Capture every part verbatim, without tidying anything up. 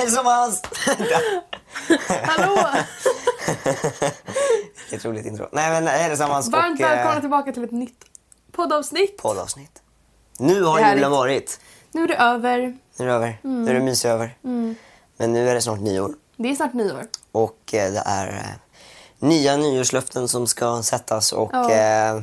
allesammans! Hallå! Vilket roligt intro. Nej men hej allesammans. Varmt välkomna tillbaka till ett nytt poddavsnitt. Poddavsnitt. Nu har julen varit. Nu är det över. Nu är det över. Mm. Nu är det mys över. Mm. Men nu är det snart nyår. Det är snart nyår. Och eh, det är eh, nya nyårslöften som ska sättas. Och ja, eh,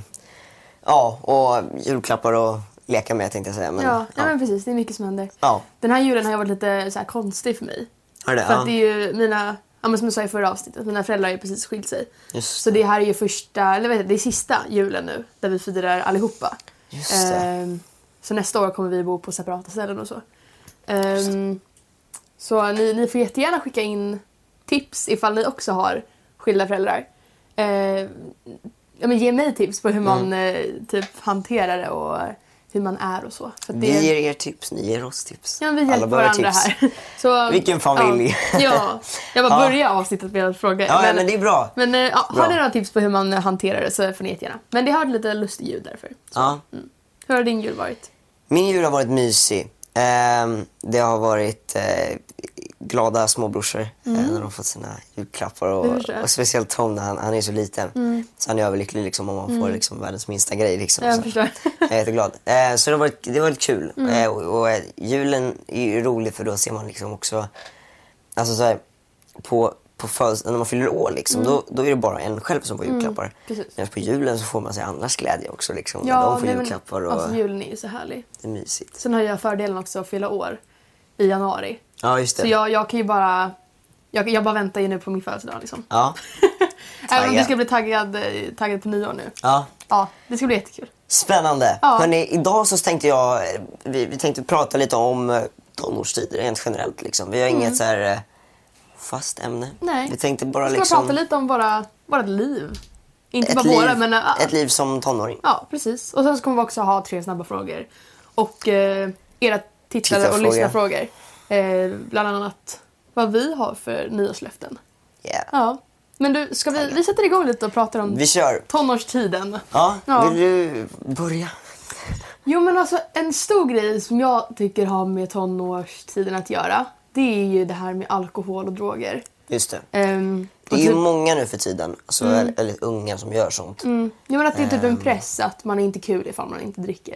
ja och julklappar och leka med tänkte jag säga. Men, ja, ja. ja men precis, det är mycket som händer. Ja. Den här julen har jag varit lite så här konstig för mig. Har det? För Ja. att det är ju mina, ja, men som jag sa i förra avsnittet, mina föräldrar har ju precis skilt sig. Just så det här är ju första, eller vet jag, det är sista julen nu där vi firar allihopa. Just det. Ehm, så nästa år kommer vi bo på separata ställen och så. Ehm, så ni, ni får jättegärna skicka in tips ifall ni också har skilda föräldrar. Ehm, ja, men ge mig tips på hur man mm. eh, typ hanterar det och hur man är och så. För vi det... ger er tips, ni ger oss tips. Ja, vi hjälper varandra tips. Här. Så, vilken familj. Ja, ja. Jag bara börjar avsnittet med att fråga. Ja, men, men det är bra. Men ja, bra. Har ni några tips på hur man hanterar det så får ni jättegärna. Men det har lite lustig ljud därför. Så, ja. mm. Hur har din jul varit? Min jul har varit mysig. Um, det har varit uh, glada småbrorsor mm. uh, när de fått sina julklappar. Och, och speciellt Tom, han, han är så liten. Mm. Så han är överlycklig liksom, om man får mm. liksom, världens minsta grej. Liksom, jag så. förstår. Jag är jätteglad. Uh, så det har varit, det har varit kul. Mm. Uh, och, och julen är ju rolig för då ser man liksom också... Alltså så här, på... På föds- när man fyller år liksom, mm. då, då är det bara en själv som får julklappar. Mm, men på julen så får man sig andras glädje också. Liksom, ja, de får nej, julklappar. Men, och... alltså, julen är ju så härlig. Det är mysigt. Sen har jag fördelen också att fylla år i januari. Ja, just det. Så jag, jag kan ju bara... Jag, jag bara väntar ju nu på min födelsedag liksom. Ja. Även om du ska bli taggad, taggad på nyår nu. Ja. Ja, det ska bli jättekul. Spännande. Ja. Hörrni, idag så tänkte jag... Vi, vi tänkte prata lite om tonårstider rent generellt. Liksom. Vi har mm. inget så här... fast ämne. Nej. Vi tänkte bara vi ska liksom... prata lite om våra, våra liv. Inte ett bara liv, våra, men... Uh, ett liv som tonåring. Ja, precis. Och sen så kommer vi också ha tre snabba frågor. Och uh, era tittare och lyssnarfrågor. Uh, bland annat vad vi har för nyårslöften. Yeah. Ja. Men du, ska vi, vi sätter igång lite och pratar om vi kör. tonårstiden. Ja, ja, vill du börja? Jo, men alltså en stor grej som jag tycker har med tonårstiden att göra, det är ju det här med alkohol och droger. Just det. Um, det är ju typ, många nu för tiden, alltså mm. väldigt, väldigt unga som gör sånt. Mm. Jag menar att det är typ en press att man är inte kul ifall man inte dricker.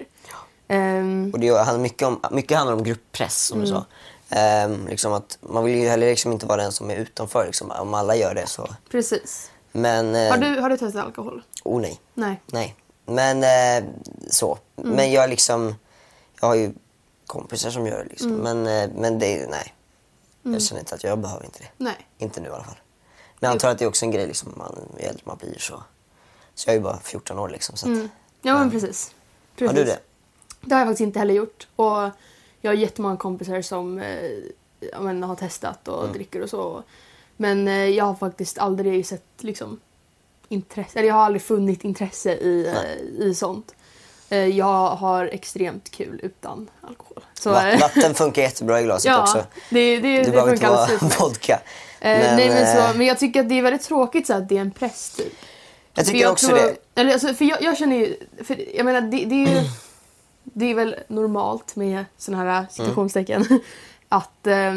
Um, och det handlar mycket om, mycket handlar om grupppress som mm. du sa. Um, liksom att man vill ju heller liksom inte vara den som är utanför. Liksom. Om alla gör det så... Precis. Men, uh, har, du, har du testat alkohol? Oh nej. Nej. nej. Men uh, så. Mm. Men jag liksom... Jag har ju kompisar som gör det liksom. Mm. Men, uh, men det nej. Mm. Jag känner inte att jag behöver inte det. Nej. Inte nu i alla fall. Men jag antar att det är också en grej liksom. Man, ju äldre man blir så... Så jag är ju bara fjorton år liksom. Så att, mm. Ja men um, precis. precis. Har du det? Det har jag faktiskt inte heller gjort. Och jag har jättemånga kompisar som eh, jag menar, har testat och mm. dricker och så. Men eh, jag har faktiskt aldrig sett liksom, intresse. Eller jag har aldrig funnit intresse i, eh, i sånt. Eh, jag har extremt kul utan alkohol. Så, Va- vatten funkar jättebra i glaset ja, också. Det, det, du det behöver inte vara vodka. Eh, men, nej, men, så, men jag tycker att det är väldigt tråkigt så att det är en press typ. Jag tycker jag också tror, det. Eller, alltså, för jag, jag känner ju... För, jag menar, det, det är ju... Det är väl normalt med såna här situationstecken mm. att eh,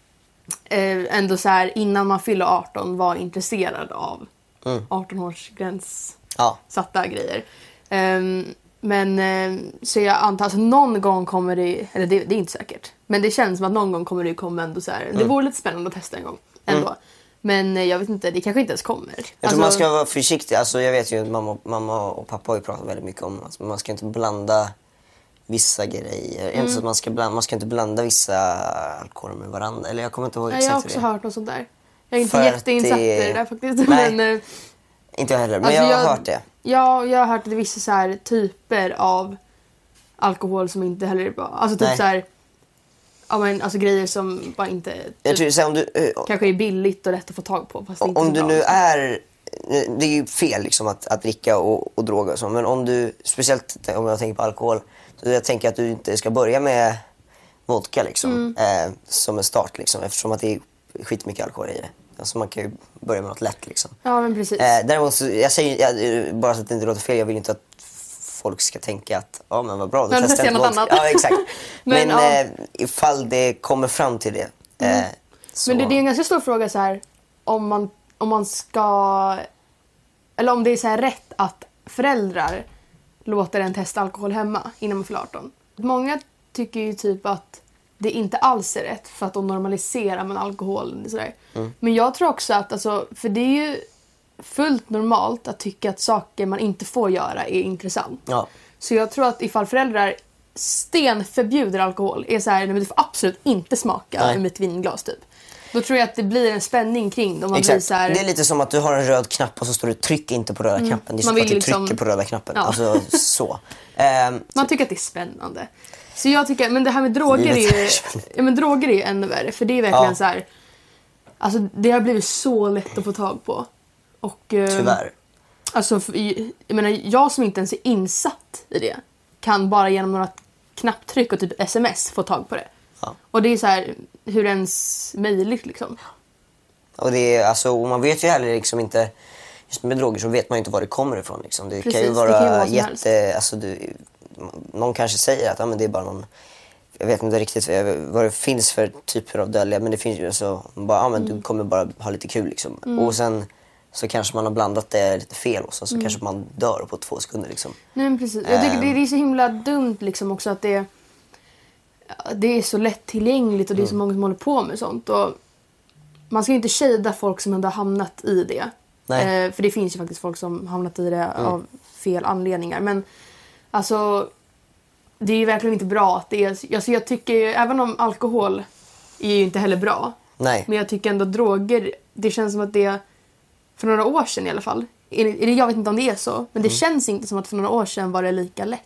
ändå så här innan man fyller arton vara intresserad av mm. arton-årsgräns ja. satta grejer. Um, men eh, så jag antar att alltså, någon gång kommer det, eller det, det är inte säkert, men det känns som att någon gång kommer det komma ändå så här. Mm. Det vore lite spännande att testa en gång ändå. Mm. Men eh, jag vet inte, det kanske inte ens kommer. Jag tror alltså, man ska vara försiktig. Alltså, jag vet ju att mamma, mamma och pappa har ju pratat väldigt mycket om att man ska inte blanda vissa grejer. Mm. Inte så att man ska blanda, man ska inte blanda vissa alkoholer med varandra. Eller jag kommer inte ihåg exakt. Jag har också det. hört något sånt där. Jag är inte För jätteinsatt det... i det där faktiskt. Nej, men, inte jag heller. Men alltså jag har jag, hört det. Ja, jag har hört att det är vissa så här typer av alkohol som inte heller är bra. Alltså typ Nej. så här, ja, men, alltså grejer som bara inte typ, jag tror, så om du, uh, kanske är billigt och lätt att få tag på. Fast inte om du bra. nu är... Det är ju fel liksom, att, att dricka och, och droga och så. Men om du, speciellt om jag tänker på alkohol, så jag tänker att du inte ska börja med vodka liksom, mm. eh, som en start liksom, eftersom att det är skitmycket alkohol i det. Alltså man kan ju börja med något lätt liksom. Ja, men precis. Eh, däremot så, jag säger, jag, bara så att det inte låter fel, jag vill inte att folk ska tänka att ja, men vad bra, du testar inte något annat. Ja, exakt. men men ja. eh, ifall det kommer fram till det, eh, mm. Så... Men det, det är en ganska stor fråga så här, om man, om man ska... Eller om det är så här rätt att föräldrar låter en testa alkohol hemma innan man fyller arton. Många tycker ju typ att det inte alls är rätt för att då normaliserar man alkohol. Sådär. Mm. Men jag tror också att, alltså, för det är ju fullt normalt att tycka att saker man inte får göra är intressant. Ja. Så jag tror att ifall föräldrar sten förbjuder alkohol, är så här, men du får absolut inte smaka Nej. ur mitt vinglas typ. Då tror jag att det blir en spänning kring dem. Exakt. Blir så här... Det är lite som att du har en röd knapp och så står det tryck inte på röda mm. knappen. Det är så att du liksom... trycker på röda knappen. Ja. Alltså så. um, Man tycker att det är spännande. Så jag tycker, men det här med droger är ju, ja, men droger är ju ännu värre. För det är verkligen ja. så här, alltså det har blivit så lätt att få tag på. Och, Tyvärr. Alltså, jag menar, jag som inte ens är insatt i det kan bara genom några knapptryck och typ sms få tag på det. Ja. Och det är så här, hur ens möjligt liksom. Och det är, alltså, och man vet ju heller liksom inte, just med droger så vet man ju inte var det kommer ifrån liksom. Det Precis, kan ju vara, det kan ju vara jätte, alltså du, någon kanske säger att ja, men det är bara någon, jag vet inte riktigt vad det finns för typer av dödliga, men det finns ju så bara, ja men mm. du kommer bara ha lite kul liksom. Mm. Och sen så kanske man har blandat det lite fel och så, så mm. kanske man dör på två sekunder liksom. Nej, precis. Jag tycker det är så himla dumt liksom också att det det är så lättillgängligt och det är så många som håller på med sånt. Och man ska ju inte shada folk som ändå har hamnat i det. Eh, för det finns ju faktiskt folk som hamnat i det mm. av fel anledningar. Men alltså, det är ju verkligen inte bra att det är... Alltså, jag tycker ju, även om alkohol är ju inte heller bra. Nej. Men jag tycker ändå droger, det känns som att det för några år sedan i alla fall. Jag vet inte om det är så. Men det mm. känns inte som att för några år sedan var det lika lätt.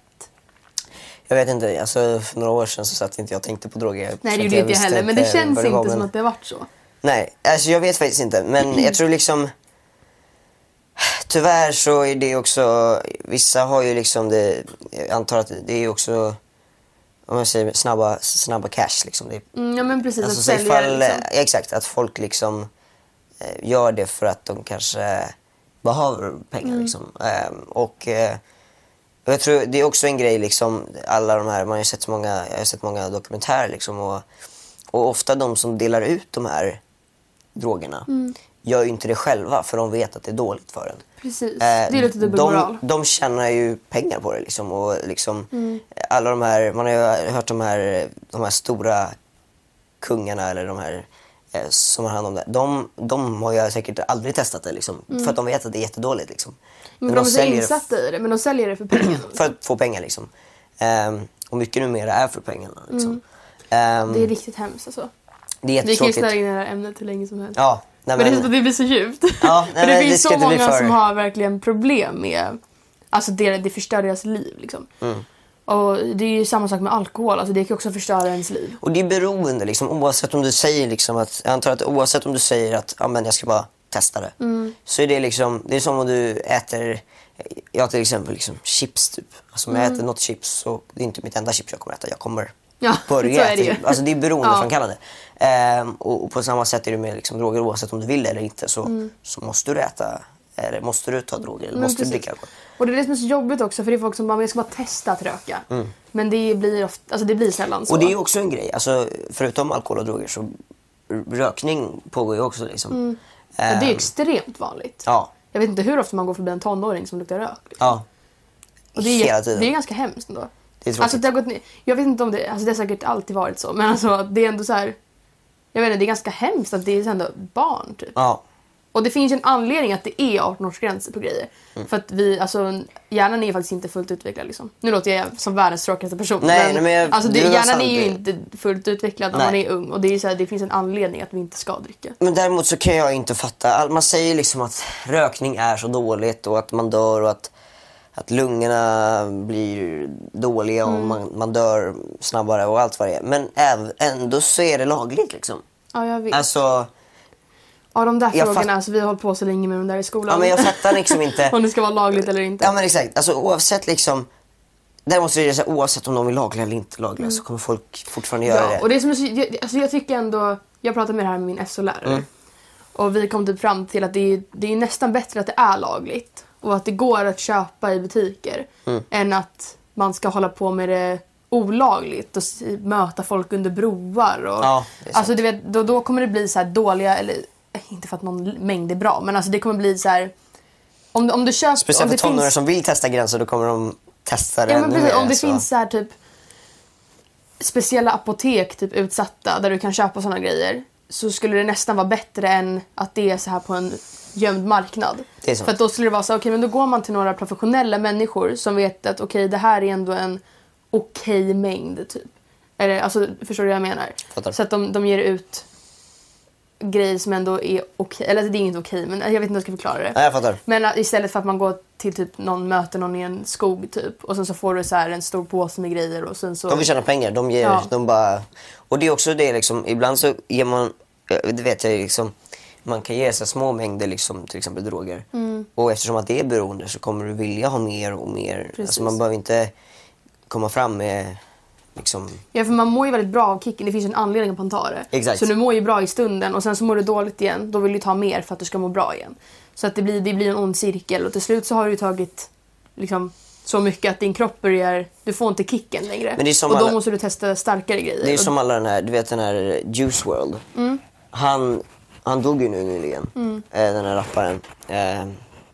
Jag vet inte, alltså för några år sedan så satt inte jag tänkte på droger. Nej, det gjorde inte jag heller, men det känns det inte var, men... som att det har varit så. Nej, alltså jag vet faktiskt inte, men mm. jag tror liksom tyvärr så är det också, vissa har ju liksom det, jag antar att det är också, om jag säger snabba, snabba cash liksom. Det är, mm, ja men precis, alltså, att sälja ifall, liksom. Ja, exakt, att folk liksom eh, gör det för att de kanske behöver pengar mm. liksom. Eh, och eh, jag tror det är också en grej liksom, alla de här, man har ju sett så många, jag har sett många dokumentärer liksom, och, och ofta de som delar ut de här drogerna mm. gör ju inte det själva för de vet att det är dåligt för en. Precis, eh, det är lite dubbelmoral. De, de tjänar ju pengar på det liksom, och liksom mm. alla de här, man har ju hört de här, de här stora kungarna eller de här eh, som har hand om det. De, de har ju säkert aldrig testat det liksom, mm. för att de vet att det är jättedåligt liksom. Men, men de, de är så insatta i det, men de säljer det för pengar. För att få pengar liksom. Um, och mycket numera är för pengarna liksom. Mm. Um, det är riktigt hemskt alltså. Det är Vi kan ju snöra in i det här ämnet hur länge som helst. Ja, nej, men, men det, det blir så djupt. Ja, nej, för det men, finns det så många för... som har verkligen problem med, alltså det, det förstör deras liv liksom. Mm. Och det är ju samma sak med alkohol, alltså det kan också förstöra ens liv. Och det är beroende liksom, oavsett om du säger liksom att, jag antar att oavsett om du säger att ja, men jag ska bara testa det. Mm. Så är det liksom, det är som om du äter, jag till exempel liksom chips typ. Alltså om mm. jag äter något chips så det är inte mitt enda chips jag kommer äta, jag kommer ja, börja äta. Det. Alltså det är beroendeframkallande. Ja. Ehm, och, och på samma sätt är det med liksom droger, oavsett om du vill eller inte så, mm. så måste du äta, eller måste du ta droger, eller måste du dricka alkohol. Och det är det som är så jobbigt också, för det är folk som bara, jag ska bara testa att röka. Mm. Men det blir, ofta, alltså det blir sällan så. Och det är ju också en grej, alltså förutom alkohol och droger så rökning pågår ju också liksom. Mm. Ja, det är extremt vanligt. Ja. Jag vet inte hur ofta man går förbi en tonåring som luktar rök. Liksom. Ja. Och det är, hela tiden. Det är ganska hemskt ändå. Det är alltså, det har gått ner. Jag vet inte om det, alltså det har säkert alltid varit så. Men alltså det är ändå så här, jag vet inte, det är ganska hemskt att det är ändå barn typ. Ja. Och det finns ju en anledning att det är arton-årsgränser på grejer. Mm. För att vi, alltså hjärnan är ju faktiskt inte fullt utvecklad liksom. Nu låter jag som världens tråkigaste person. Nej, men, men jag, alltså det, hjärnan är ju det. inte fullt utvecklad när nej. man är ung. Och det är ju så här, det finns en anledning att vi inte ska dricka. Men däremot så kan jag inte fatta. Man säger liksom att rökning är så dåligt och att man dör och att, att lungorna blir dåliga och mm. man, man dör snabbare och allt vad det är. Men ändå så är det lagligt liksom. Ja, jag vet. Alltså... Ja, de där jag frågorna, fatt... alltså, vi har hållit på så länge med de där i skolan. Ja, men jag fattar liksom inte... om det ska vara lagligt eller inte. Ja, men exakt. Alltså oavsett liksom... Där måste det säga, oavsett om de vill lagliga eller inte lagliga mm. så kommer folk fortfarande göra ja, det. Och det som är så, jag, alltså jag tycker ändå... Jag pratade med det här med min S O-lärare. Mm. Och vi kom typ fram till att det är, det är nästan bättre att det är lagligt. Och att det går att köpa i butiker. Mm. Än att man ska hålla på med det olagligt att möta folk under broar. Och, ja, alltså, du vet, då, då kommer det bli så här dåliga, eller inte för att någon mängd är bra, men alltså det kommer bli så här... Om, om du köper, speciellt om för tonåringar finns... som vill testa gränser, då kommer de testa det ja, men ännu precis, mer. om det så. finns så här typ speciella apotek typ utsatta där du kan köpa såna grejer, så skulle det nästan vara bättre än att det är så här på en gömd marknad. Det är så. För att då skulle det vara så okej, okay, men då går man till några professionella människor som vet att okej, okay, det här är ändå en okej okay mängd typ. Eller, alltså, förstår du vad jag menar? Fattar. Så att de, de ger ut grejer som ändå är okej. Okay. Eller det är inte okej, okay, men jag vet inte hur jag ska förklara det. Nej, jag fattar. Men att istället för att man går till typ någon, möter någon i en skog typ, och sen så får du så här en stor påse med grejer och sen så... De vill tjäna pengar, de ger, ja. de bara... Och det är också det liksom, ibland så ger man, det vet jag liksom, man kan ge så små mängder liksom, till exempel droger. Mm. Och eftersom att det är beroende så kommer du vilja ha mer och mer. Precis. Alltså man behöver inte komma fram med liksom... Ja, för man mår ju väldigt bra av kicken. Det finns ju en anledning att man tar det. Exakt. Så du mår ju bra i stunden och sen så mår du dåligt igen. Då vill du ta mer för att du ska må bra igen. Så att det blir, det blir en ond cirkel och till slut så har du tagit liksom så mycket att din kropp börjar... Du får inte kicken längre. Men det är som och då alla, måste du testa starkare grejer. det är som alla den här, du vet den här Juice world. Mm. Han, han dog ju nu nyligen, Mm. den här rapparen. Eh,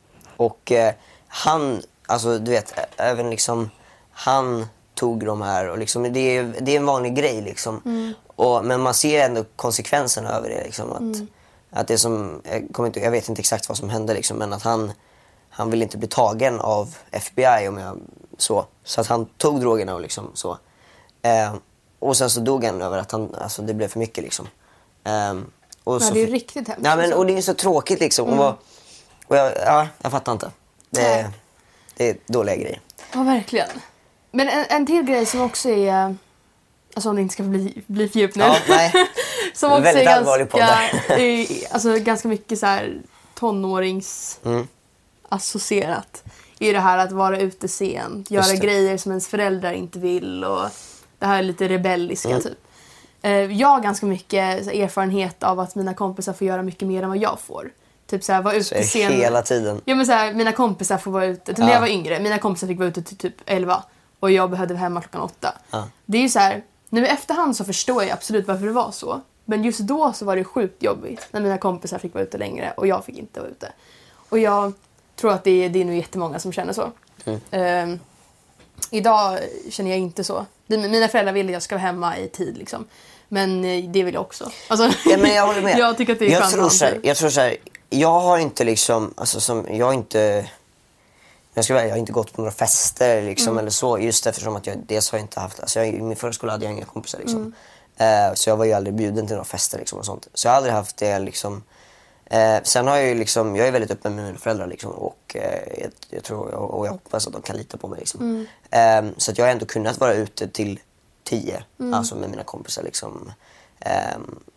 och eh, han, alltså du vet, även liksom, han tog de här och liksom, det är, det är en vanlig grej liksom. Mm. Och, men man ser ändå konsekvenserna över det liksom. Att, Mm. att det som, jag, kommer inte, jag vet inte exakt vad som hände liksom, men att han, han ville inte bli tagen av F B I om jag så. Så att han tog drogerna och liksom så. Eh, och sen så dog han över att han, alltså det blev för mycket liksom. Eh, och Ja, så, det är ju riktigt hemskt. ja, men, alltså. och det är så tråkigt liksom. Mm. Och, vad- och jag, ja, jag fattar inte. Det, Nej. det är dåliga grejer. Ja, verkligen. Men en, en till grej som också är... Alltså om det inte ska bli, bli för djupt nu. Ja, nej. som också Väldigt är allvarlig podd ganska, är, alltså ganska mycket så här tonårings Mm. associerat. Är det här att vara ute sent, göra Just det. grejer som ens föräldrar inte vill och det här är lite rebelliska Mm. typ. Eh, Jag har ganska mycket så här, erfarenhet av att mina kompisar får göra mycket mer än vad jag får. Typ så här, vara Så är ute det sent. hela tiden. Ja, men så här, mina kompisar får vara ute. Typ, när Ja. jag var yngre, mina kompisar fick vara ute till typ elva och jag behövde vara hemma klockan åtta. Ja. Det är ju så här, nu i efterhand så förstår jag absolut varför det var så. Men just då så var det sjukt jobbigt när mina kompisar fick vara ute längre och jag fick inte vara ute. Och jag tror att det är, det är nog jättemånga som känner så. Mm. Ehm, idag känner jag inte så. Mina föräldrar vill att jag ska vara hemma i tid liksom. Men eh, det vill jag också. Alltså, Ja, men jag håller med. jag tycker att det är jag skönt tror att så ha här, en tid. jag tror så här, jag har inte liksom, alltså som, jag har inte, jag ska väl, jag har inte gått på några fester liksom Mm. eller så, just eftersom att jag dels har jag inte haft, alltså jag, i min förskola hade jag inga kompisar liksom. Mm. Eh, så jag var ju aldrig bjuden till några fester liksom och sånt. Så jag har aldrig haft det liksom. Eh, sen har jag ju liksom, jag är väldigt öppen med mina föräldrar liksom och eh, jag, jag tror, och jag hoppas att de kan lita på mig liksom. Mm. Eh, så att jag har ändå kunnat vara ute till tio, Mm. alltså med mina kompisar liksom. Eh,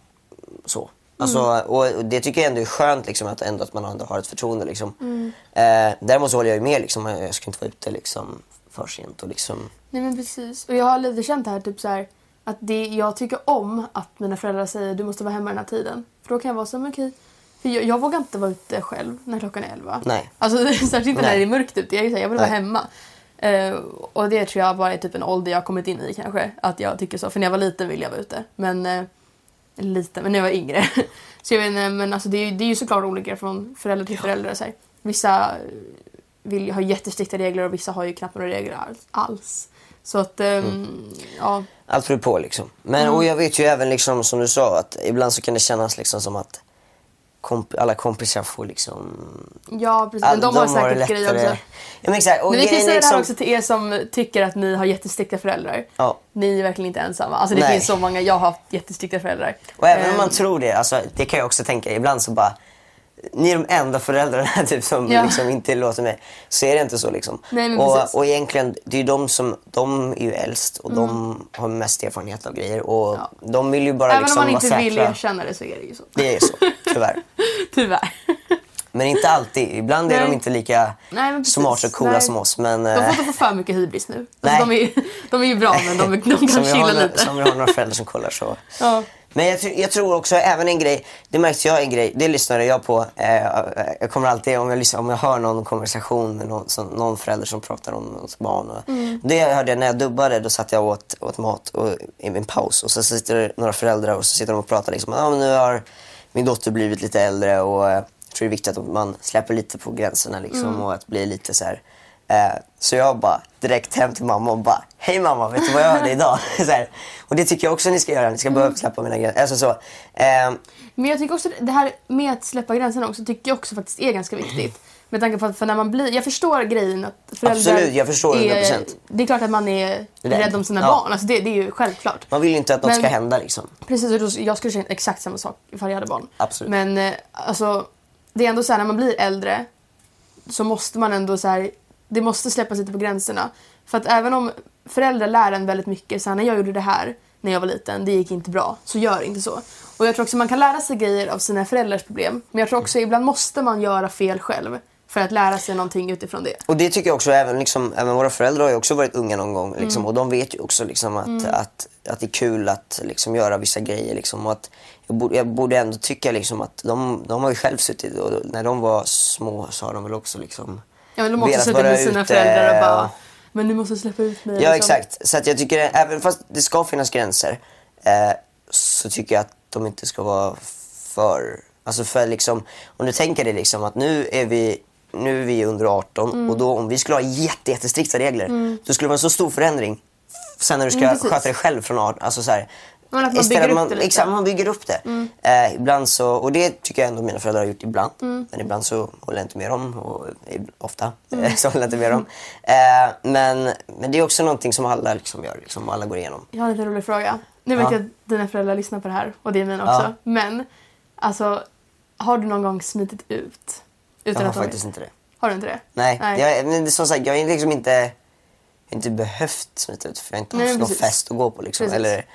så. Alltså, och, och det tycker jag ändå är skönt liksom, att, ändå att man ändå har ett förtroende liksom. Mm. Eh, däremot så håller jag ju med liksom, jag ska inte vara ute liksom för sent och liksom. Nej men precis. Och jag har lite känt det här typ så här att det, jag tycker om att mina föräldrar säger du måste vara hemma den här tiden. För då kan jag vara så men okej. För jag, jag vågar inte vara ute själv när klockan är elva. Nej. Alltså särskilt inte när Nej. det är mörkt ute. Jag, är så här, jag vill Nej. vara hemma. Eh, och det tror jag bara är typ en ålder jag har kommit in i kanske. Att jag tycker så. För när jag var liten ville jag vara ute. Men, eh, liten, men när jag var yngre. Så jag vet inte, men alltså det är, ju- det är ju såklart olika från förälder till förälder. Så här. Vissa vill ju ha jättestrikta regler och vissa har ju knappt några regler alls. alls. Så att, ehm, ja. Allt beror på liksom. Men Mm. och jag vet ju även liksom som du sa att ibland så kan det kännas liksom som att komp- alla kompisar får liksom. Ja, precis. all- Men de, har det säkert grejer också. Ja, men exakt. Och Men vi kan grejen säga är det här liksom- också till er som tycker att ni har jättestrikta föräldrar. Ja. Ni är verkligen inte ensamma. Alltså det Nej. finns så många, jag har haft jättestrikta föräldrar. Och även om man Ehm, tror det, alltså, det kan jag också tänka ibland så bara, ni är de enda föräldrarna typ, som Ja. liksom inte låter mig. Så är det inte så liksom. Nej, men precis. och, och egentligen, det är ju de som, de är ju äldst och de har mest erfarenhet av grejer. Och Ja. de vill ju bara Även liksom om man vara inte vill säkra. erkänna det så är det ju så. Det är så, tyvärr. Tyvärr. Men inte alltid. Ibland är Nej. de inte lika Nej, men precis. smarta och coola Nej. som oss. Men, De får eh, inte få för mycket hybris nu. Nej. Alltså, de, är, de är ju bra men de, de som, kan vi chilla har, lite. som vi har några föräldrar som kollar så. Ja. Men jag, jag tror också även en grej, det märks jag en grej, det lyssnade jag på. Eh, jag kommer alltid, om jag, lyssnar, om jag hör någon konversation med någon, som, någon förälder som pratar om någons barn. Och, mm. Det jag hörde när jag dubbade, då satt jag åt, åt mat och, i en paus. Och så sitter det några föräldrar och så sitter de och pratar liksom. Ah, men nu har min dotter blivit lite äldre och jag tror det är viktigt att man släpper lite på gränserna liksom, mm. och att bli lite så här. Eh, så jag bara direkt hem till mamma och bara, hej mamma, vet du vad jag hörde idag? Så här. Och det tycker jag också ni ska göra, ni ska börja släppa mina gränser. Alltså så. Eh, Men jag tycker också det här med att släppa gränserna också tycker jag också faktiskt är ganska viktigt. Med tanke på att för när man blir, jag förstår grejen att föräldrar absolut, jag förstår hundra procent. Är, det är klart att man är rädd, rädd om sina ja. barn, alltså det, det är ju självklart. Man vill ju inte att något Men, ska hända liksom. Precis, jag skulle säga exakt samma sak ifall jag hade barn. Absolut. Men alltså, det är ändå så här, när man blir äldre så måste man ändå så här, det måste släppas lite på gränserna. För att även om föräldrar lär en väldigt mycket, så här, när jag gjorde det här när jag var liten, det gick inte bra, så gör inte så. Och jag tror också man kan lära sig grejer av sina föräldrars problem. Men jag tror också ibland måste man göra fel själv för att lära sig någonting utifrån det. Och det tycker jag också, även, liksom, även våra föräldrar har ju också varit unga någon gång. Liksom, mm. Och de vet ju också liksom, att, mm. att, att det är kul att liksom, göra vissa grejer. Liksom, och att jag, borde, jag borde ändå tycka liksom, att de, de har ju själv suttit, och när de var små så har de väl också liksom, ja, men de måste sitta med sina ute, föräldrar och bara, men du måste släppa ut mig. Ja, liksom. Exakt. Så att jag tycker, även fast det ska finnas gränser, eh, så tycker jag att de inte ska vara för... Alltså för liksom, om du tänker dig liksom att nu är vi, nu är vi under arton, mm. och då om vi skulle ha jätte, jättestrikta regler, mm. då skulle det vara en så stor förändring sen när du ska mm, sköta dig själv från arton. Alltså så här, men att man bygger upp man, det lite. Exakt, man bygger upp det. Mm. Eh, ibland så, och det tycker jag ändå mina föräldrar har gjort ibland. Mm. Men ibland så håller jag inte med dem. Och ofta mm. så håller jag inte med dem. Eh, men, men det är också någonting som alla liksom gör. Liksom, alla går igenom. Jag har en lite rolig fråga. Nu vet ja. jag att dina föräldrar lyssnar på det här. Och det är mina också. Ja. Men, alltså, har du någon gång smitit ut? Utan jag har att faktiskt inte det. Har du inte det? Nej. Nej. Jag, men som sagt, jag har liksom inte, inte behövt smita ut. För jag har inte haft någon fest att gå på. Liksom. Eller...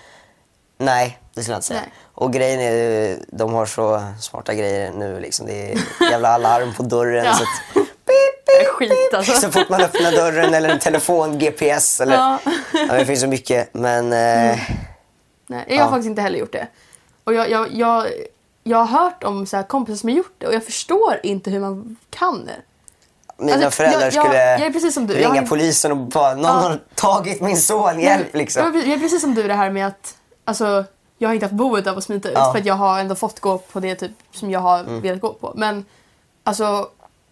Nej, det skulle jag inte säga. Nej. Och grejen är, de har så smarta grejer nu liksom. Det är jävla alarm på dörren. Ja. Så att, pip, pip, skit alltså. Så fort man öppnar dörren eller en telefon, G P S eller, ja. Ja, det finns så mycket. Men mm. eh, nej, jag har ja. faktiskt inte heller gjort det. Och jag, jag, jag, jag har hört om så här kompisar som har gjort det. Och jag förstår inte hur man kan det. Mina alltså, föräldrar jag, skulle jag, jag är precis som du. ringa jag har... polisen och bara, någon ja. har tagit min son, hjälp liksom. Jag, jag är precis som du det här med att, alltså, jag har inte haft behovet av att smita ut, ja. för att jag har ändå fått gå på det typ som jag har mm. velat gå på. Men alltså,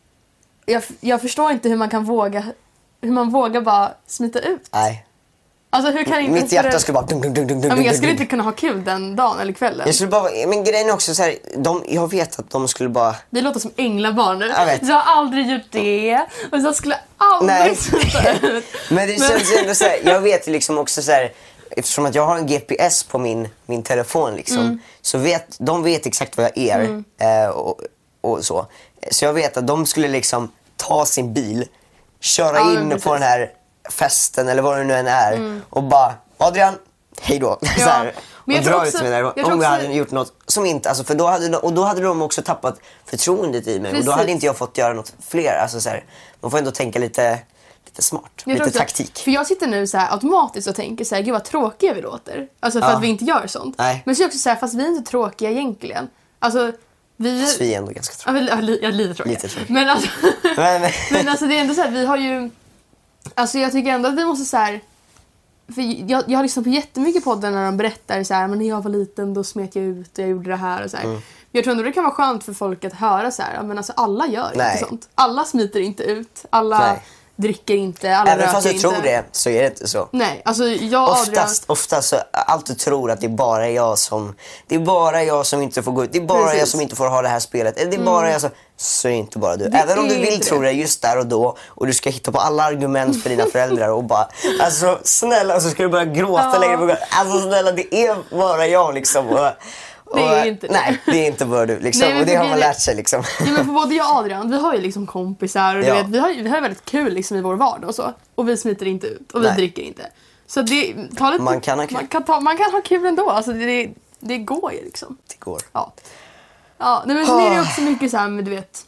jag, jag förstår inte hur man kan våga, hur man vågar bara smita ut. Nej. Alltså, hur kan mitt hjärta det... skulle bara dung, dung, dung, dung, ja, men jag skulle dung. inte kunna ha kul den dagen eller kvällen. Jag skulle bara, men grejen är också så här, de, jag vet att de skulle bara... Det låter som änglabarn nu. Jag vet. Jag har aldrig gjort det. Och så skulle aldrig smita ut. Men det känns men... ändå så här, jag vet liksom också så här, eftersom att jag har en G P S på min, min telefon liksom, mm. så vet de vet exakt vad jag är mm. eh, och, och så. Så jag vet att de skulle liksom ta sin bil, köra ja, in på den här festen eller vad det nu än är mm. och bara, Adrian, hej då. Ja. Så här, och dra också, ut med det. Om jag hade gjort något som inte, alltså, för då hade, och då hade de också tappat förtroendet i mig. Precis. Och då hade inte jag fått göra något fler. Alltså, så här, man får ändå tänka lite, lite smart, jag lite taktik. Att, för jag sitter nu så här automatiskt och tänker så här, gud vad tråkiga vi låter. Alltså för ja. att vi inte gör sånt. Nej. Men så är jag också så här, fast vi är inte tråkiga egentligen. Alltså vi, fast vi är ändå ganska tråkiga. Ja, li, ja lite tråkiga. Lite tråkiga. Men alltså, men alltså det är ändå så här, vi har ju, alltså jag tycker ändå att vi måste så här, för jag, jag har lyssnat på jättemycket poddar när de berättar så här, men när jag var liten då smet jag ut och jag gjorde det här och så här. Mm. Jag tror ändå det kan vara skönt för folk att höra så här, men alltså alla gör Nej. inte sånt. Alla smiter inte ut. Alla Nej. dricker inte, alla Även röker fast du inte. tror det så är det inte så. Nej, alltså jag oftast, Adrian... oftast så allt du tror att det är bara jag som det är bara jag som inte får gå ut. Det är bara Precis. jag som inte får ha det här spelet. Det är mm. bara jag som så är det inte bara du. Det Även om du vill tro det just där och då och du ska hitta på alla argument för dina föräldrar och bara alltså snälla så ska du börja gråta ja. längre på. Alltså snälla det är bara jag liksom. Och, det är och, inte det. Nej, det är inte bara du liksom. Nej, och det har man lärt sig liksom. Ja, men för både jag och Adrian, vi har ju liksom kompisar och du ja. vet, vi har vi har väldigt kul liksom i vår vardag och så. Och vi smiter inte ut och vi Nej. dricker inte. Så det ta lite, man kan ha kul. Man kan ta man kan ha kul ändå. Alltså det det går ju liksom. Det går. Ja. Ja, nej, men så är det också mycket så här med du vet.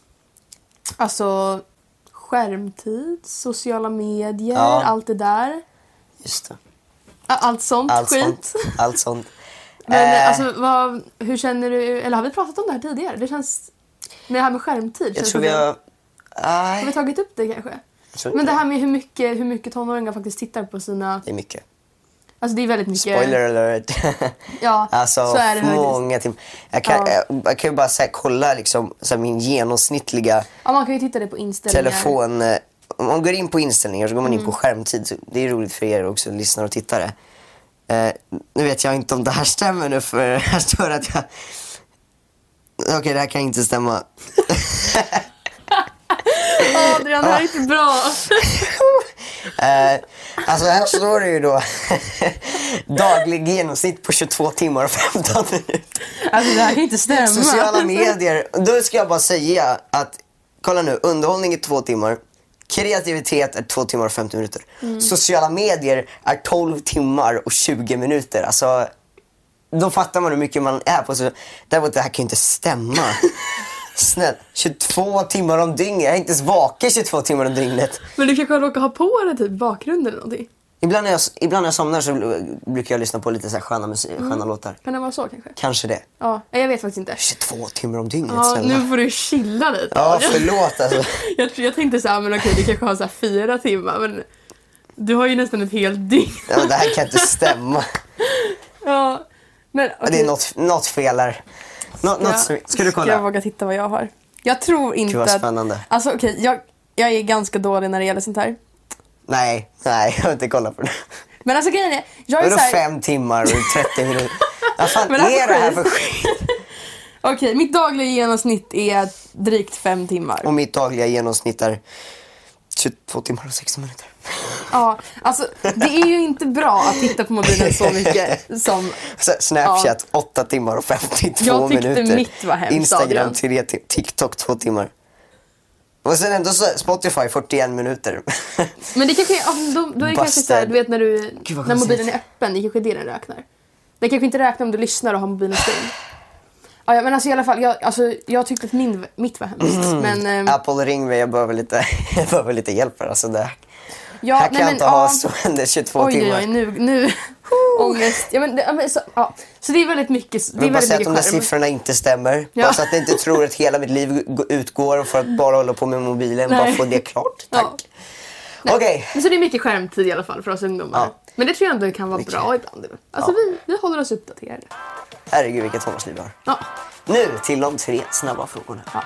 Alltså skärmtid, sociala medier, ja. allt det där. Just det. Allt sånt allt skit. Sånt. Allt sånt. Men Eh. alltså, vad, hur känner du, eller har vi pratat om det här tidigare? Det känns, med det här med skärmtid. Jag känns tror det- vi har... Har vi Nej, tagit upp det kanske? jag tror Men inte det här med hur mycket, hur mycket tonåringar faktiskt tittar på sina... det är mycket. Alltså det är väldigt mycket... Spoiler alert. Ja, Alltså så är det faktiskt. många timmar. Jag kan, Ja. jag, jag kan ju bara så här, kolla liksom, så här, min genomsnittliga Ja, man kan ju titta det på inställningar. telefon. eh, Om man går in på inställningar så går man in Mm. på skärmtid. Så det är roligt för er också, lyssnare och tittare. Eh, nu vet jag inte om det här stämmer nu, för här står att jag... Okej, det här kan inte stämma. Adrian, det här är inte bra. Eh, alltså här står det ju då daglig genomsnitt på tjugotvå timmar och femton minuter. Alltså det här kan inte stämma. Sociala medier. Då ska jag bara säga att, kolla nu, underhållning är två timmar. Kreativitet är två timmar och femtio minuter. Mm. Sociala medier är tolv timmar och tjugo minuter. Alltså, då fattar man hur mycket man är på. Så, däremot, det här kan ju inte stämma. Snälla, tjugotvå timmar om dygnet. Jag är inte ens vaken tjugotvå timmar om dygnet. Men du kanske råkar ha på det typ i bakgrunden eller någonting. Ibland när jag, ibland när jag somnar så brukar jag lyssna på lite så här sköna, musik, sköna låtar. Kan det vara så kanske? Kanske det. Ja, jag vet faktiskt inte. tjugotvå timmar om dygnet, Ja, snälla. nu får du chilla lite. Ja, Adrian. förlåt alltså. Jag, jag tänkte så här, men okej, du kanske har så här fyra timmar, men du har ju nästan ett helt dygn. Ja, men det här kan inte stämma. Ja, men okej. Det är något, något fel här. Nå, något, Ja, som- ska du Ska jag kolla? våga titta vad jag har? Jag tror inte Gud vad att... spännande. Alltså okej, jag, jag är ganska dålig när det gäller sånt här. Nej, nej, jag har inte kollat på det. Men alltså grejen är, jag är Vadå så här... fem timmar och trettio minuter? Vad fan Men det här är det här för för skit? Okej, mitt dagliga genomsnitt är drygt fem timmar. Och mitt dagliga genomsnitt är tjugotvå timmar och sexton minuter. Ja, alltså det är ju inte bra att titta på mobilen så mycket som... Så, Snapchat åtta timmar och femtiotvå Jag tyckte minuter. mitt var hemskt, Instagram Adrian. tre tim- TikTok två timmar. Och sen ändå så Spotify fyrtioen minuter. Men det kanske, ja, då, då är det kanske så här, du vet när, du, Gud, vad när konstigt. mobilen är öppen, det är kanske det den räknar. Det kanske inte räknar om du lyssnar och har mobilen stängd. Ja, ja, men alltså i alla fall, jag, alltså, jag tyckte att min, mitt var hemskt. Mm. Men, ehm, Apple, ring mig, jag behöver lite, jag behöver lite hjälp här. Alltså det, ja, här kan nej, jag men, inte ja, ha stående tjugotvå oj, timmar. oj, oj, nu, nu, ångest. Ja, men, det- ja, men, så, ja. så det är väldigt mycket, det Jag är vill bara väldigt säga att de där mycket skärm. siffrorna inte stämmer. Ja. Bara så att ni inte tror att hela mitt liv g- utgår för att bara hålla på med mobilen. Bara Nej. få det klart. Ja. Tack. Okej. Men så det är mycket skärmtid i alla fall för oss ungdomar. Ja. Men det tror jag ändå kan vara Mycket. bra ibland. Alltså Ja. vi, vi håller oss uppdaterade. Herregud vilket tonårsliv vi har. Ja. Nu till de tre snabba frågorna. Ja.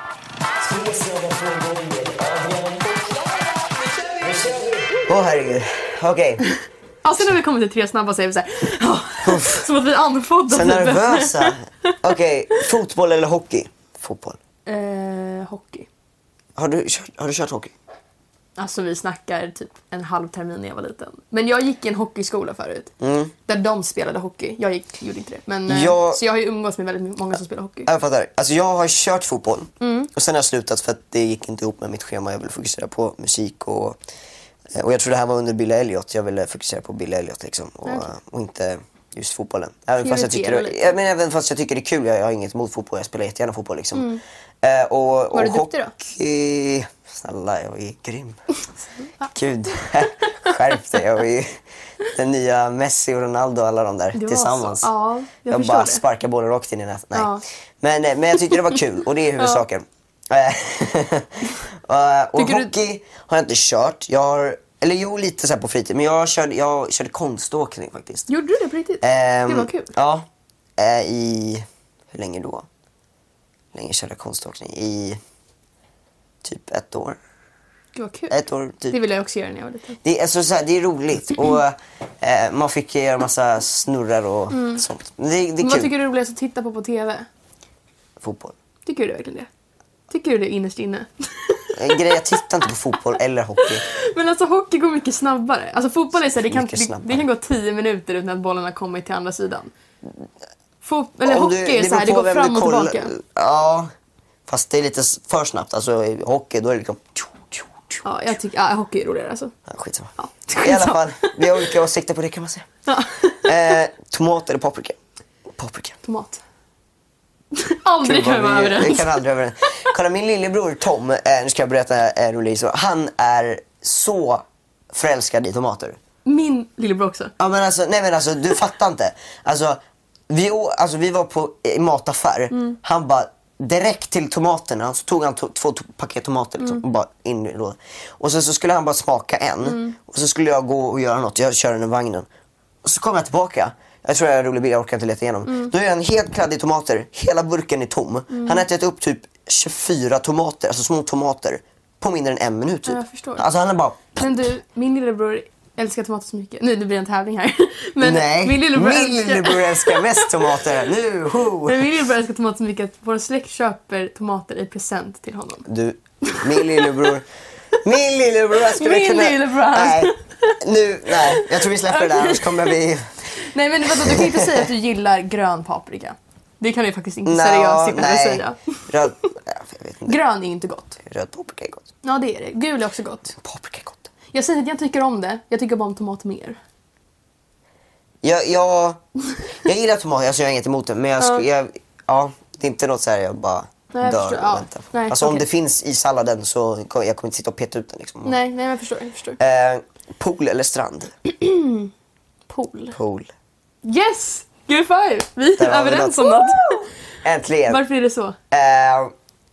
Åh herregud. Okej. Alltså när vi kommer till tre snabba så är vi såhär, oh, som att vi är andfådda. Så typ. nervösa. Okej. Fotboll eller hockey? Fotboll. Eh, hockey. Har du, kört, har du kört hockey? Alltså vi snackar typ en halv termin när jag var liten. Men jag gick i en hockeyskola förut. Mm. Där de spelade hockey. Jag gick, gjorde inte det. Men, eh, Jag- Så jag har ju umgåtts med väldigt många som spelar hockey. Jag fattar. Alltså jag har kört fotboll. Mm. Och sen har jag slutat för att det gick inte ihop med mitt schema. Jag ville fokusera på musik och... Och jag tror det här var under Billy Elliot. Jag ville fokusera på Billy Elliot liksom. Och, Okej. och inte just fotbollen. Även fast, jag tycker, Prioritera lite. ja, men även fast jag tycker det är kul. Jag, jag har inget emot fotboll. Jag spelar jättegärna fotboll liksom. Eh, och, Var och du duktig då? hockey... Snälla, jag är grym. Gud, skärp dig. Jag var ju den nya Messi och Ronaldo och alla de där Det var tillsammans. så. Ja, jag jag förstår bara det. sparkar bollen rakt in i nätet. Nej. Ja. Men, eh, men jag tyckte det var kul och det är huvudsaken. Eh, och Tycker du- hockey har jag inte kört. Jag har, eller jo, lite så här på fritid. Men jag körde, jag körde konståkning faktiskt. Gjorde du det på riktigt? Ehm, det var kul. Ja. Eh, I... Hur länge då? Hur länge körde jag konståkning? I typ ett år. Det var kul. Ett år typ. Det ville jag också göra när jag var liten. Det är, alltså, så här, det är roligt och eh, man fick göra massa snurrar och sånt. Men det, det är Men kul. vad tycker du är roligast att titta på på tv? Fotboll. Tycker du det verkligen det? Tycker du det innerst inne? En grej, jag tittar inte på fotboll eller hockey. Men alltså hockey går mycket snabbare. Alltså fotboll är så här, det kan, Mycket det, snabbare. det kan gå tio minuter utan att bollen har kommit till andra sidan. Fot, eller Om hockey du- är så här, det beror på går vem fram du och kollar- tillbaka. Ja, fast det är lite s- för snabbt. Alltså i hockey, då är det liksom... Ja, jag tycker ja, hockey är roligare alltså. Ja, skitsamma. Ja, I alla skitsamma. fall, vi har olika åsikter på det kan man säga. Ja. Eh, tomat eller paprika? Paprika. Tomat. Aldrig kan vi vara vi, vi överens. kan aldrig vara överens. Kolla, min lillebror Tom, eh, nu ska jag berätta en rolig historia. Han är så förälskad i tomater. Min lillebror också. Ja men alltså, nej men alltså du fattar inte. Alltså, vi, alltså, vi var på i mataffär. Mm. Han bara direkt till tomaterna. Så tog han to- två to- paket tomater liksom, mm. och bara in i lådan. Och så, så skulle han bara smaka en. Mm. Och så skulle jag gå och göra något. Jag kör den i vagnen. Och så kom jag tillbaka. Jag tror jag är en rolig bild, jag orkar inte leta igenom. Mm. Då är han helt kladdig i tomater. Hela burken är tom. Mm. Han har ätit upp typ tjugofyra tomater, alltså små tomater, på mindre än en minut typ. Ja, jag förstår. Alltså han är bara... Men du, min lillebror älskar tomater så mycket. Nu, nu blir det en tävling här. Men Nej, min lillebror, min älskar... lillebror älskar mest tomater. Nu, ho! Men min lillebror älskar tomater så mycket att vår släkt köper tomater i present till honom. Du, min lillebror... Min lillebror, jag skulle min kunna... lillebror. Nej, nu, nej. Jag tror vi släpper det där, annars kommer vi... Nej, men vadå, du kan inte säga att du gillar grön paprika. Det kan vi faktiskt inte no, seriöst sitta och säga. Röd, jag vet inte. Grön är inte gott. Röd paprika är gott. Ja, det är det. Gul är också gott. Paprika är gott. Jag säger att jag tycker om det. Jag tycker bara om tomat mer. Jag, jag, jag gillar tomat, alltså jag har inget emot det. Men jag, Ja. jag, ja, det är inte något så här jag bara Nej, jag dör förstår. och Ja. väntar. Nej, alltså om okej. det finns i salladen så kommer jag kommer inte sitta och peta ut den liksom. Nej, nej, jag förstår. Jag förstår. Eh, pool eller strand? Pool. Pool. Yes! Good five! Vi Där är har vi överens något. om något. Äntligen. Varför är det så? Eh,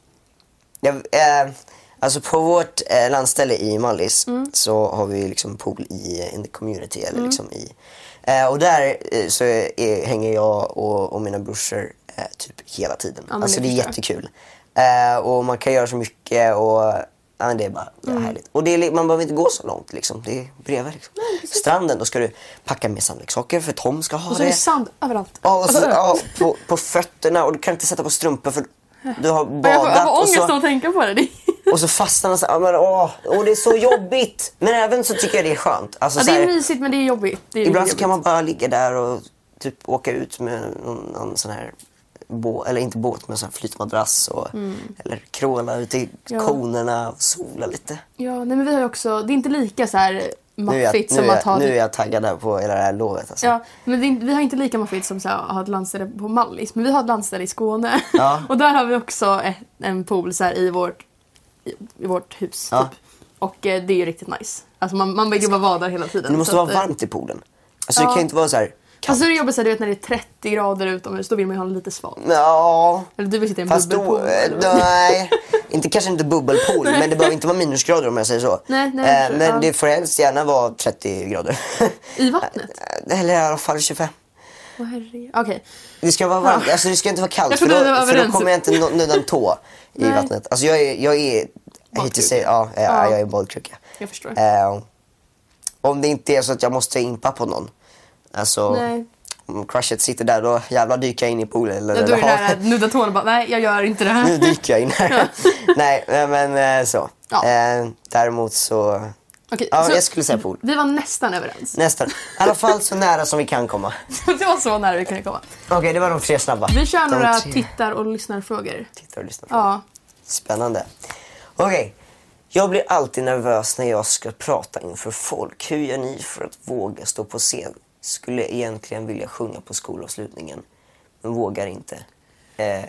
jag, eh, alltså på vårt eh, landställe i Mallis Mm. så har vi liksom pool i in the community eller liksom i eh, och där eh, så är, hänger jag och, och mina brorsor eh, typ hela tiden. Ja, men alltså det det är förstår jättekul. Eh, och man kan göra så mycket och ja, men det är bara det är Mm. härligt. Och det är, li- man behöver inte gå så långt liksom. Det är bredvid liksom. Stranden, då ska du packa med sandleksaker för Tom ska ha Och så är det. det sand överallt. Ja, och så, Alltså, ja, på, på fötterna och du kan inte sätta på strumpor för du har jag får, badat jag får och, ångest så, av att tänka på det. det. och så fastnar man så, ja, men, åh, och det är så jobbigt. Men även så tycker jag det är skönt. Alltså, Ja, så det är här, mysigt men det är jobbigt. Det är ibland jobbigt. så kan man bara ligga där och typ åka ut med någon, någon sån här båt, eller inte båt men sån här flytmadrass och, Mm. eller kråla ute i Ja. konerna och sola lite. Ja, nej, men vi har ju också, det är inte lika så här Nu är, jag, maffigt nu, som är att ha... jag, nu är jag taggad där på hela det här lovet alltså. Ja, men det är, inte- vi har inte lika maffigt som så här, att ha ett landställe på Mallis. Men vi har ett landställe i Skåne. Ja. Och där har vi också ett, en pool så här, i, vårt, i, i vårt hus. Ja. Typ. Och eh, det är ju riktigt nice. Alltså man, man vill ju bara vara där hela tiden. Men det måste så vara att, eh, varmt i poolen. Alltså ja. det kan ju inte vara så här Fast så är det jobbigt så här, du vet när det är trettio grader utomhus, då vill man ju ha det lite svalt. Ja, Eller du vill sitta i en fast då, bubbelpool. eh, eller- nej, inte kanske inte bubbelpool, men det behöver inte vara minusgrader om jag säger så. Nej, nej, jag eh, förstår, men ja. det får helst gärna vara trettio grader. I vattnet? Eller i alla fall tjugofem. Åh herregud. Okej. Det ska vara varmt, alltså det ska inte vara kallt Jag för trodde då, vi var för då överens. kommer jag inte nå- nudda en tå i Nej. vattnet. Alltså jag är, jag är, jag hittar sig, ja, ja, Ja. jag är badkruka. Jag förstår. Eh, om det inte är så att jag måste impa på någon. Alltså, Nej. om crushet sitter där då jävla dyker jag in i poolen. Eller, Ja, då är det eller där nudda tån och bara, nej jag gör inte det här. nu dyker jag in här. Nej, men eh, så. Ja. Eh, däremot så... Okej, Ja, så jag skulle säga pool. vi var nästan överens. Nästan. I alla fall så nära som vi kan komma. Det var så nära vi kunde komma. Okej, det var de tre snabba. Vi kör De några tre. tittar- och lyssnarfrågor. Tittar och lyssnar. Ja. Spännande. Okej. Jag blir alltid nervös när jag ska prata inför folk. Hur gör ni för att våga stå på scen? Skulle egentligen vilja sjunga på skolavslutningen, men vågar inte. Eh,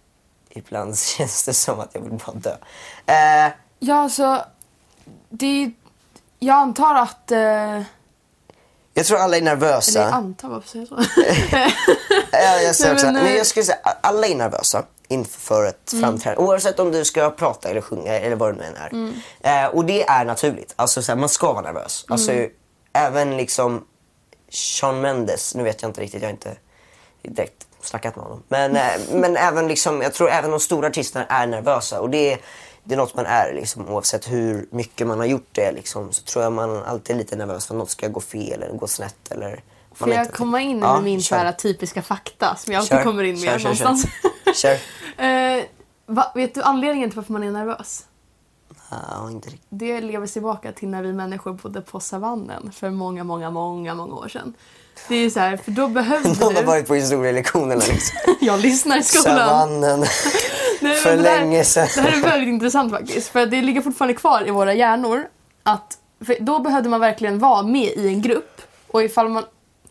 ibland känns det som att jag vill bara dö. Eh, Ja, alltså... Det, jag antar att... Eh, jag tror alla är nervösa. eller jag antar, varför säger jag så? Ja, jag, säger Nej, också, men, men eh, jag skulle säga att alla är nervösa inför ett framträdande. Oavsett om du ska prata eller sjunga eller vad det nu än är. Mm. Eh, och det är naturligt. Alltså, så här, man ska vara nervös. Alltså, även liksom Shawn Mendes, nu vet jag inte riktigt, jag har inte direkt snackat med honom. Men, eh, men även liksom, jag tror även de stora artisterna är nervösa. Och det är, det är något man är liksom, oavsett hur mycket man har gjort det liksom, så tror jag man alltid är lite nervös för att något ska gå fel eller gå snett eller... Får jag komma in Ja, med min så här kör. typiska fakta som jag alltid Kör, kommer in med kör, kör, kör. någonstans? Kör. eh, va, vet du anledningen till varför man är nervös? Ja, inte riktigt. Det lever sig tillbaka till när vi människor bodde på savannen för många, många, många, många år sedan. Det är ju så här, för då behövde Någon har du... varit på historielektionerna liksom. Jag lyssnar i skolan. Savannen. Nej, för men det här- länge sedan. Det här är väldigt intressant faktiskt. För det ligger fortfarande kvar i våra hjärnor. Att, för då behövde man verkligen vara med i en grupp. Och ifall man...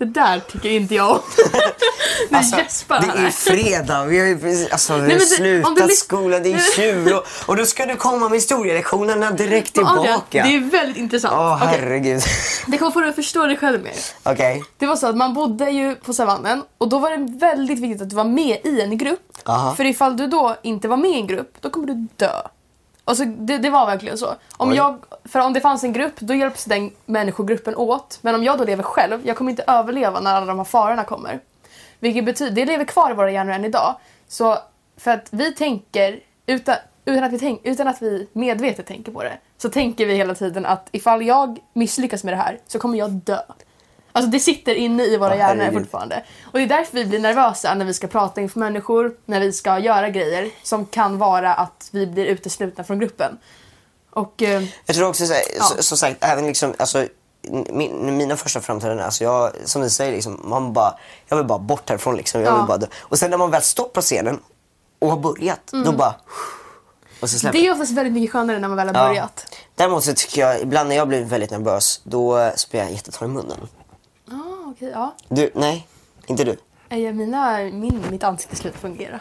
Det där tycker inte jag om. Nu Alltså, gäspar det han är fredag, vi har ju precis alltså, vi har Nej, men det- slutat om du ly- skolan, det är tjugo och, och då ska du komma med historielektionerna direkt Adrian, tillbaka. det är väldigt intressant. Åh, Okej, herregud. det kommer få dig att förstå dig själv mer. Okej. Det var så att man bodde ju på savannen och då var det väldigt viktigt att du var med i en grupp. Aha. För ifall du då inte var med i en grupp, då kommer du dö. Alltså det, det var verkligen så. Om Oj. jag, för om det fanns en grupp, då hjälps den människogruppen åt. Men om jag då lever själv, jag kommer inte överleva när alla de här farorna kommer. Vilket betyder, det lever kvar i våra hjärnor än idag. Så för att vi tänker, utan, utan, att vi tänk, utan att vi medvetet tänker på det, så tänker vi hela tiden att ifall jag misslyckas med det här så kommer jag dö. Alltså det sitter inne i våra Ja, hjärnor herregud. fortfarande. Och det är därför vi blir nervösa när vi ska prata inför människor, när vi ska göra grejer som kan vara att vi blir uteslutna från gruppen. Och eh, Jag tror också så, här, Ja. så, som sagt, även liksom, alltså, min, mina första framträdanden, alltså jag, som ni säger, liksom, man bara, jag vill bara bort härifrån. Liksom, jag Ja. vill bara dö. Och sen när man väl står på scenen och har börjat, då bara... Och så släpper det är oftast väldigt mycket skönare när man väl har Ja. börjat. Däremot så tycker jag, ibland när jag blir väldigt nervös, då så blir jag jättetorr i munnen. Ah, okej, ja. Du, nej, inte du. Eh, Mina, min, mitt ansikte slutar fungera.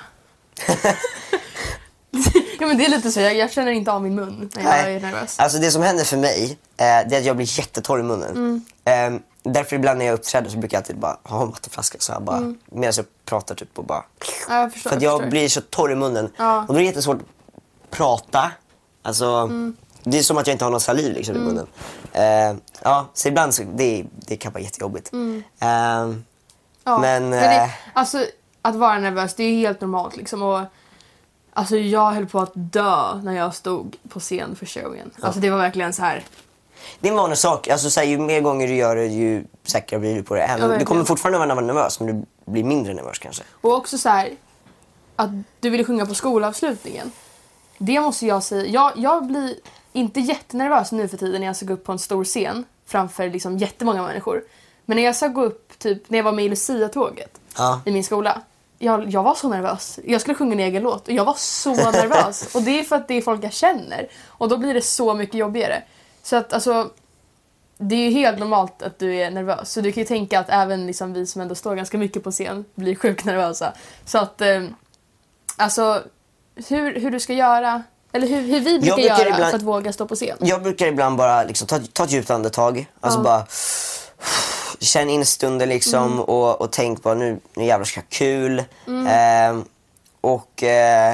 Ja, men det är lite så, jag, jag känner inte av min mun när jag Nej. är nervös. Alltså det som händer för mig, eh, det är att jag blir jättetorr i munnen. Mm. Eh, därför ibland när jag uppträder så brukar jag alltid bara ha en vattenflaska så jag bara, medan jag pratar typ och bara... Ja, jag förstår, för att jag jag förstår. blir så torr i munnen. Ja. Och då är det jättesvårt att prata. Alltså, det är som att jag inte har någon saliv liksom, i munnen. Eh, ja, så ibland så, det, det kan vara jättejobbigt. Eh, Ja, men, det, eh, alltså, att vara nervös, det är helt normalt. Liksom, och, alltså, jag höll på att dö när jag stod på scen för showen. Alltså, det var verkligen så här. det är en vanlig sak. Alltså, så här, ju mer gånger du gör det, ju säkrare blir du på det. Även, Ja, du verkligen. kommer fortfarande vara nervös, men du blir mindre nervös kanske. Och också så här, att du ville sjunga på skolavslutningen. Det måste jag säga. Jag, jag blir inte jättenervös nu för tiden när jag ska gå upp på en stor scen framför liksom jättemånga människor. Men när jag ska gå upp, typ när jag var med i Lucia-tåget Ja. i min skola. Jag, jag var så nervös. Jag skulle sjunga en egen låt och jag var så nervös. Och det är för att det är folk jag känner. Och då blir det så mycket jobbigare. Så att alltså, det är ju helt normalt att du är nervös. Så du kan ju tänka att även liksom vi som ändå står ganska mycket på scen blir sjukt nervösa. Så att, eh, alltså, hur, hur du ska göra, eller hur, hur vi brukar, brukar göra ibland- för att våga stå på scen. Jag brukar ibland bara liksom, ta, ta ett djupt andetag. Alltså Ja. bara känn in stunden liksom Mm. och, och tänk på nu, nu jävlar ska jag ha kul. Mm. Eh, och eh,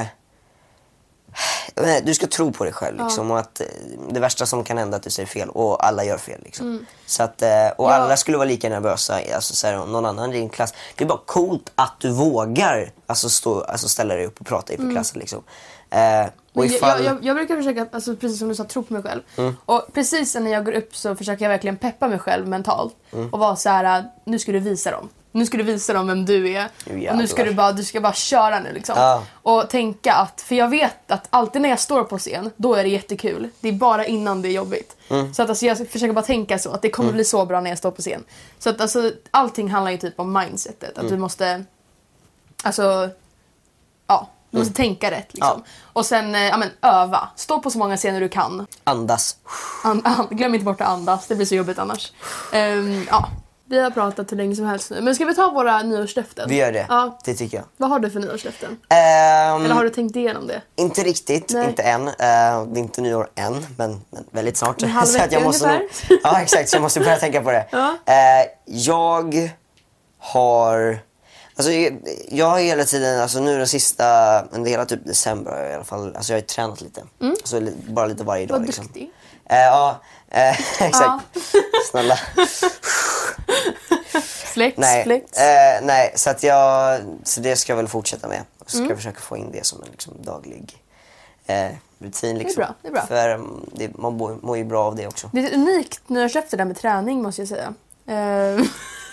du ska tro på dig själv liksom, och att eh, det värsta som kan hända är att du säger fel och alla gör fel liksom. Så att, eh, och Mm. Ja. alla skulle vara lika nervösa, alltså, så här, om någon annan i din klass. Det är bara coolt att du vågar alltså, stå, alltså, ställa dig upp och prata inför klassen liksom. Eh, och Men ifall... jag, jag, jag brukar försöka, alltså, precis som du sa, tro på mig själv. Och precis när jag går upp så försöker jag verkligen peppa mig själv mentalt. Och vara så här: nu ska du visa dem. Nu ska du visa dem vem du är. Nu Och nu ska jävlar. du bara, du ska bara köra nu liksom. Ja. Och tänka att, för jag vet att alltid när jag står på scen, då är det jättekul. Det är bara innan det är jobbigt. Så att alltså, jag försöker bara tänka så, att det kommer bli så bra när jag står på scen. Så att alltså, allting handlar ju typ om mindsetet. Att du måste, alltså, ja, du måste tänka rätt liksom. Ja. Och sen, eh, ja men öva. Stå på så många scener du kan. Andas. An- an- glöm inte bort att andas, det blir så jobbigt annars. Ehm, ja, vi har pratat hur länge som helst nu. Men ska vi ta våra nyårslöften? Vi gör det, Ja. det tycker jag. Vad har du för nyårslöften? Ehm, Eller har du tänkt igenom det? Inte riktigt, Nej. inte än. Eh, det är inte nyår än, men, men väldigt snart. En halv Så att jag vecka måste ungefär. nog, ja, exakt, så jag måste börja tänka på det. Ja. Eh, jag har... Alltså, jag, jag har hela tiden, alltså nu den sista, under hela typ december har jag i alla fall, alltså jag har ju tränat lite. Alltså, li- bara lite varje dag. Mm. Vad liksom. duktig. Eh, ja, eh, exakt. Snälla. Flex, Nej, flex. eh, nej, så att jag, så det ska jag väl fortsätta med. Och så ska jag försöka få in det som en liksom, daglig eh, rutin. Liksom. bra, det är bra. För um, det, man mår, mår ju bra av det också. Det är ett unikt nyårslöfte där med träning måste jag säga. Ehm,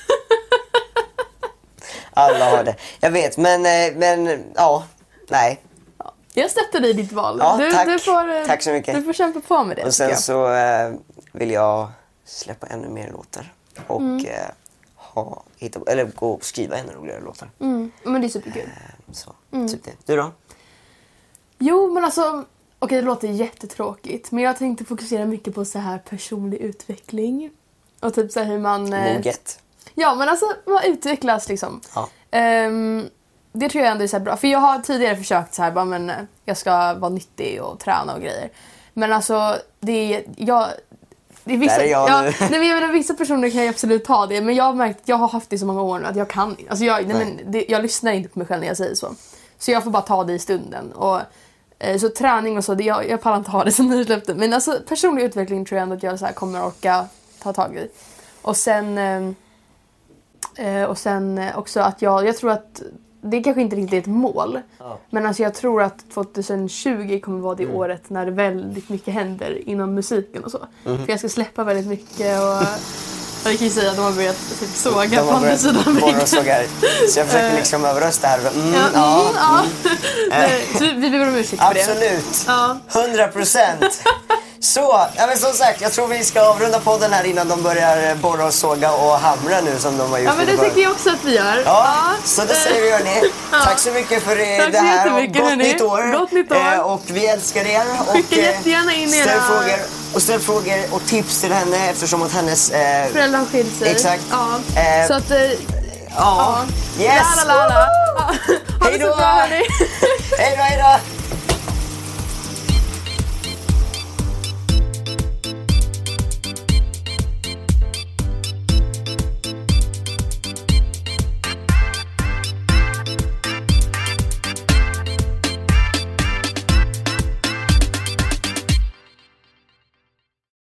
Alla har det. Jag vet, men, eh, men ja, nej. jag stöttar dig i ditt val. Ja, du, tack. Du får, eh, Tack så mycket. Du får kämpa på med det. Och tycker sen jag. så eh, vill jag släppa ännu mer låtar. Och Mm. eh, ha, hitta, eller gå och skriva ännu roligare låtar. Mm, men det är superkul. Eh, så, typ det. Du då? Jo, men alltså, okej, det låter jättetråkigt. Men jag tänkte fokusera mycket på så här personlig utveckling. Och typ så här hur man... eh, Moget. Ja, men alltså man utvecklas liksom. Ja. Um, det tror jag ändå är så här bra. För jag har tidigare försökt så här, bara, men jag ska vara nyttig och träna och grejer. Men alltså, det är... Jag, det är vissa, Där är jag ja, nu. nej, men jag menar, vissa personer kan ju absolut ta det. Men jag har märkt, jag har haft det i så många år nu att jag kan... Alltså jag, nej, men det, jag lyssnar inte på mig själv när jag säger så. Så jag får bara ta det i stunden. Och, eh, så träning och så, det, jag, jag pallar inte ha det som ni släppte. Men alltså personlig utveckling tror jag ändå att jag så här kommer orka ta tag i. Och sen... Eh, och sen också att jag, jag tror att det kanske inte riktigt är ett mål. Ja. Men alltså jag tror att tjugohundratjugo kommer vara det mm. året när det väldigt mycket händer inom musiken och så. Mm. För jag ska släppa väldigt mycket och... Jag kan ju säga att de har börjat typ såga på andra sidan. Så jag försöker liksom överrösta här. Mm, ja, ja, mm, ja. Mm. Så vi ber om ursäkt för det. Absolut. hundra procent. Så, ja, men som sagt, jag tror vi ska avrunda podden här innan de börjar borra och såga och hamra nu som de har gjort. Ja, men det tycker jag också att vi gör. Ja, ja. Så det säger vi, hörni. Ja. Tack så mycket för det, det här och gott hörni. nytt år. Gott nytt år. Eh, och vi älskar er. Skicka jättegärna in era... Ställ frågor, och ställ frågor och tips till henne eftersom att hennes... Eh, föräldrar har skilt sig. Exakt. Ja. Eh, så att... Eh, ja. Yes. La, la, la, la. Ha Hej det så bra, hörni. Hej då, hej då.